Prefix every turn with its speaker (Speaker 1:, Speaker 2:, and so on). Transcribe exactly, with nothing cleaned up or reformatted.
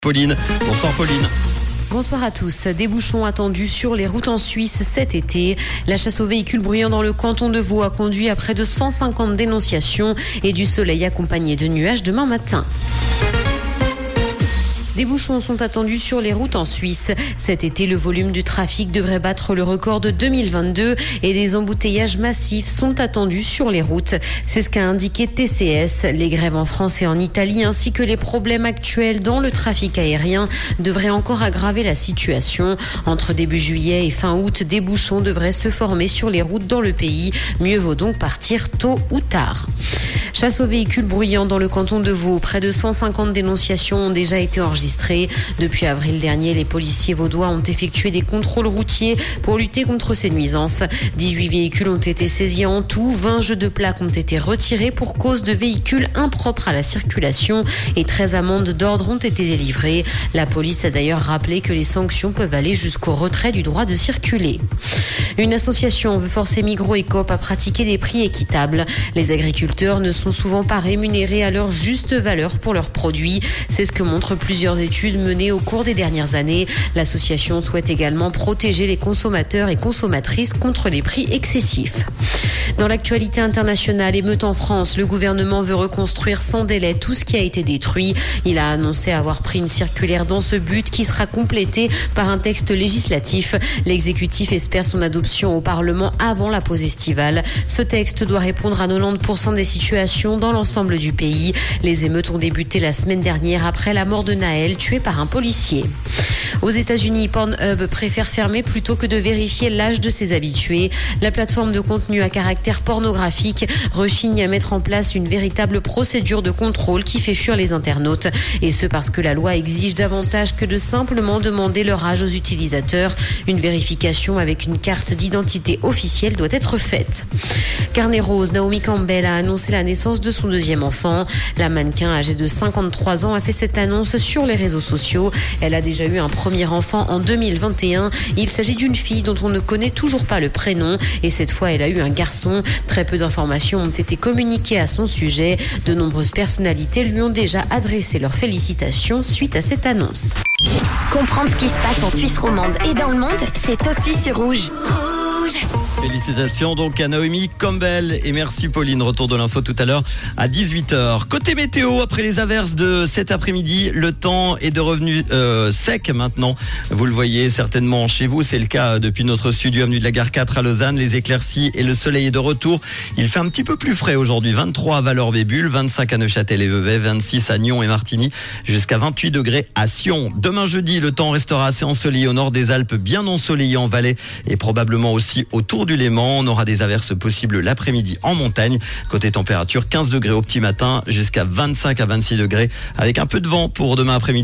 Speaker 1: Pauline. Bonsoir Pauline.
Speaker 2: Bonsoir à tous. Des bouchons attendus sur les routes en Suisse cet été. La chasse aux véhicules bruyants dans le canton de Vaud a conduit à près de cent cinquante dénonciations et du soleil accompagné de nuages demain matin. Des bouchons sont attendus sur les routes en Suisse. Cet été, le volume du trafic devrait battre le record de deux mille vingt-deux et des embouteillages massifs sont attendus sur les routes. C'est ce qu'a indiqué T C S. Les grèves en France et en Italie ainsi que les problèmes actuels dans le trafic aérien devraient encore aggraver la situation. Entre début juillet et fin août, des bouchons devraient se former sur les routes dans le pays. Mieux vaut donc partir tôt ou tard. Chasse aux véhicules bruyants dans le canton de Vaud. Près de cent cinquante dénonciations ont déjà été enregistrées. Depuis avril dernier, les policiers vaudois ont effectué des contrôles routiers pour lutter contre ces nuisances. dix-huit véhicules ont été saisis en tout. vingt jeux de plaques ont été retirés pour cause de véhicules impropres à la circulation et treize amendes d'ordre ont été délivrées. La police a d'ailleurs rappelé que les sanctions peuvent aller jusqu'au retrait du droit de circuler. Une association veut forcer Migros et Coop à pratiquer des prix équitables. Les agriculteurs ne sont souvent pas rémunérés à leur juste valeur pour leurs produits. C'est ce que montrent plusieurs études menées au cours des dernières années. L'association souhaite également protéger les consommateurs et consommatrices contre les prix excessifs. Dans l'actualité internationale, émeute en France, le gouvernement veut reconstruire sans délai tout ce qui a été détruit. Il a annoncé avoir pris une circulaire dans ce but qui sera complétée par un texte législatif. L'exécutif espère son adoption au Parlement avant la pause estivale. Ce texte doit répondre à quatre-vingt-dix pour cent des situations dans l'ensemble du pays. Les émeutes ont débuté la semaine dernière après la mort de Naël, tué par un policier. Aux États-Unis, Pornhub préfère fermer plutôt que de vérifier l'âge de ses habitués. La plateforme de contenu à caractère pornographique rechigne à mettre en place une véritable procédure de contrôle qui fait fuir les internautes. Et ce parce que la loi exige davantage que de simplement demander leur âge aux utilisateurs. Une vérification avec une carte d'identité officielle doit être faite. Carnet rose, Naomi Campbell a annoncé la naissance de son deuxième enfant. La mannequin âgée de cinquante-trois ans a fait cette annonce sur les réseaux sociaux. Elle a déjà eu un premier enfant en deux mille vingt et un. Il s'agit d'une fille dont on ne connaît toujours pas le prénom et cette fois elle a eu un garçon. Très peu d'informations ont été communiquées à son sujet. De nombreuses personnalités lui ont déjà adressé leurs félicitations suite à cette annonce.
Speaker 3: Comprendre ce qui se passe en Suisse romande et dans le monde, c'est aussi sur Rouge. Rouge.
Speaker 1: Félicitations donc à Naomi Campbell et merci Pauline. Retour de l'info tout à l'heure à dix-huit heures. Côté météo, après les averses de cet après-midi, le temps est de revenu euh, sec maintenant. Vous le voyez certainement chez vous, c'est le cas depuis notre studio avenue de la Gare quatre à Lausanne. Les éclaircies et le soleil est de retour. Il fait un petit peu plus frais aujourd'hui, vingt-trois à Vallorbe-et-Bulle, vingt-cinq à Neuchâtel et Vevey, vingt-six à Nyon et Martigny, jusqu'à vingt-huit degrés à Sion. Demain jeudi, le temps restera assez ensoleillé au nord des Alpes, bien ensoleillé en Valais et probablement aussi autour du Léman. On aura des averses possibles l'après-midi en montagne. Côté température, quinze degrés au petit matin jusqu'à vingt-cinq à vingt-six degrés avec un peu de vent pour demain après-midi.